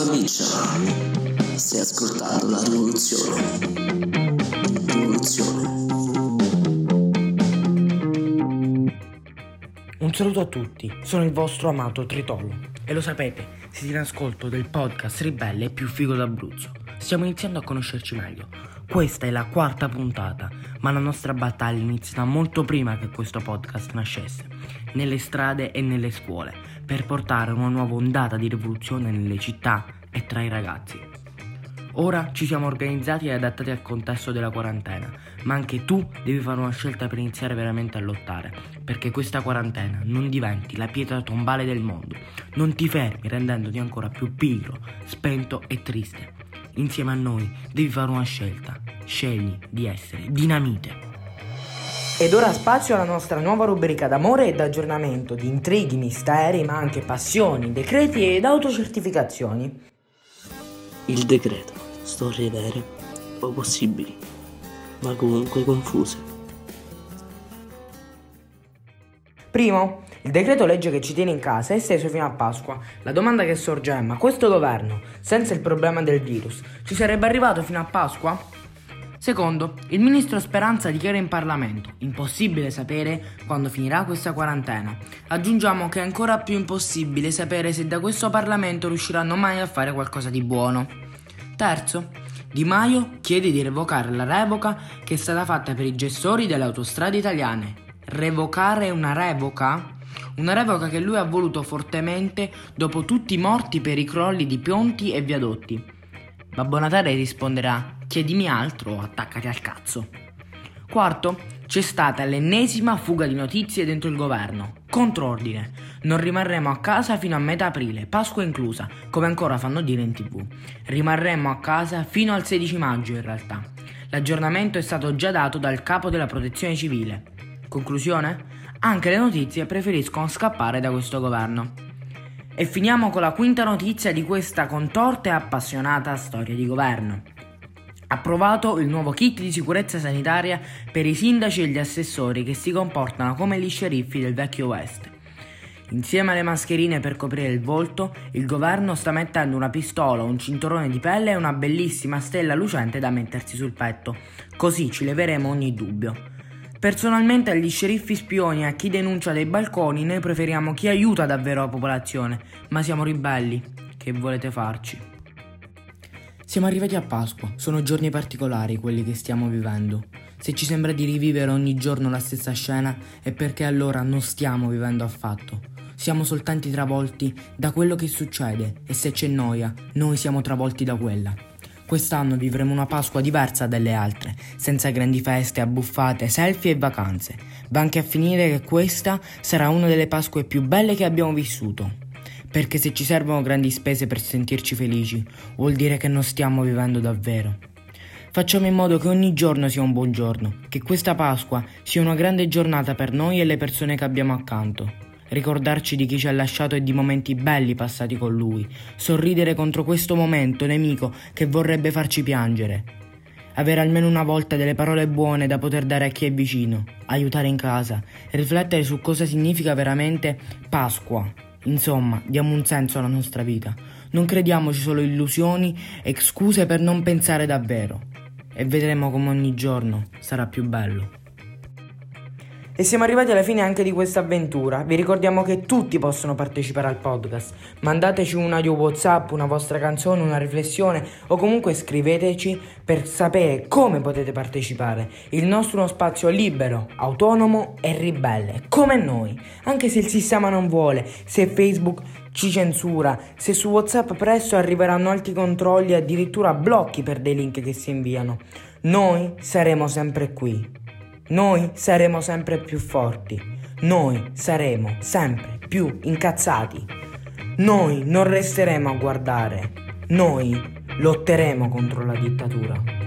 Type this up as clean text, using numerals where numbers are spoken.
Biccia, stai ascoltando la rivoluzione. Un saluto a tutti, sono il vostro amato Tritolo e lo sapete, siete in ascolto del podcast ribelle e più figo d'Abruzzo. Stiamo iniziando a conoscerci meglio. Questa è la 4ª puntata, ma la nostra battaglia inizia molto prima che questo podcast nascesse, nelle strade e nelle scuole, per portare una nuova ondata di rivoluzione nelle città e tra i ragazzi. Ora ci siamo organizzati e adattati al contesto della quarantena, ma anche tu devi fare una scelta per iniziare veramente a lottare, perché questa quarantena non diventi la pietra tombale del mondo. Non ti fermi rendendoti ancora più pigro, spento e triste. Insieme a noi devi fare una scelta. Scegli di essere dinamite. Ed ora spazio alla nostra nuova rubrica d'amore e d'aggiornamento, di intrighi, misteri, ma anche passioni, decreti ed autocertificazioni. Il decreto, storie vere o possibili, ma comunque confuse. Primo, il decreto legge che ci tiene in casa è esteso fino a Pasqua. La domanda che sorge è: ma questo governo, senza il problema del virus, ci sarebbe arrivato fino a Pasqua? Secondo, il ministro Speranza dichiara in Parlamento: impossibile sapere quando finirà questa quarantena. Aggiungiamo che è ancora più impossibile sapere se da questo Parlamento riusciranno mai a fare qualcosa di buono. Terzo, Di Maio chiede di revocare la revoca che è stata fatta per i gestori delle autostrade italiane. Revocare una revoca? Una revoca che lui ha voluto fortemente dopo tutti i morti per i crolli di ponti e viadotti. Babbo Natale risponderà: chiedimi altro o attaccati al cazzo. Quarto, c'è stata l'ennesima fuga di notizie dentro il governo. Contrordine: non rimarremo a casa fino a metà aprile, Pasqua inclusa, come ancora fanno dire in TV. Rimarremo a casa fino al 16 maggio in realtà. L'aggiornamento è stato già dato dal capo della protezione civile. Conclusione? Anche le notizie preferiscono scappare da questo governo. E finiamo con la 5ª notizia di questa contorta e appassionata storia di governo. Approvato il nuovo kit di sicurezza sanitaria per i sindaci e gli assessori che si comportano come gli sceriffi del vecchio West. Insieme alle mascherine per coprire il volto, il governo sta mettendo una pistola, un cinturone di pelle e una bellissima stella lucente da mettersi sul petto. Così ci leveremo ogni dubbio. Personalmente agli sceriffi spioni e a chi denuncia dai balconi noi preferiamo chi aiuta davvero la popolazione, ma siamo ribelli. Che volete farci? Siamo arrivati a Pasqua, sono giorni particolari quelli che stiamo vivendo. Se ci sembra di rivivere ogni giorno la stessa scena è perché allora non stiamo vivendo affatto. Siamo soltanto travolti da quello che succede e se c'è noia, noi siamo travolti da quella. Quest'anno vivremo una Pasqua diversa dalle altre, senza grandi feste, abbuffate, selfie e vacanze. Va anche a finire che questa sarà una delle Pasque più belle che abbiamo vissuto. Perché se ci servono grandi spese per sentirci felici, vuol dire che non stiamo vivendo davvero. Facciamo in modo che ogni giorno sia un buon giorno, che questa Pasqua sia una grande giornata per noi e le persone che abbiamo accanto. Ricordarci di chi ci ha lasciato e di momenti belli passati con lui, sorridere contro questo momento nemico che vorrebbe farci piangere. Avere almeno una volta delle parole buone da poter dare a chi è vicino, aiutare in casa, riflettere su cosa significa veramente Pasqua. Insomma, diamo un senso alla nostra vita. Non crediamoci solo illusioni e scuse per non pensare davvero. E vedremo come ogni giorno sarà più bello. E siamo arrivati alla fine anche di questa avventura. Vi ricordiamo che tutti possono partecipare al podcast. Mandateci un audio WhatsApp, una vostra canzone, una riflessione o comunque scriveteci per sapere come potete partecipare. Il nostro è uno spazio libero, autonomo e ribelle, come noi. Anche se il sistema non vuole, se Facebook ci censura, se su WhatsApp presto arriveranno altri controlli e addirittura blocchi per dei link che si inviano. Noi saremo sempre qui. Noi saremo sempre più forti, noi saremo sempre più incazzati, noi non resteremo a guardare, noi lotteremo contro la dittatura.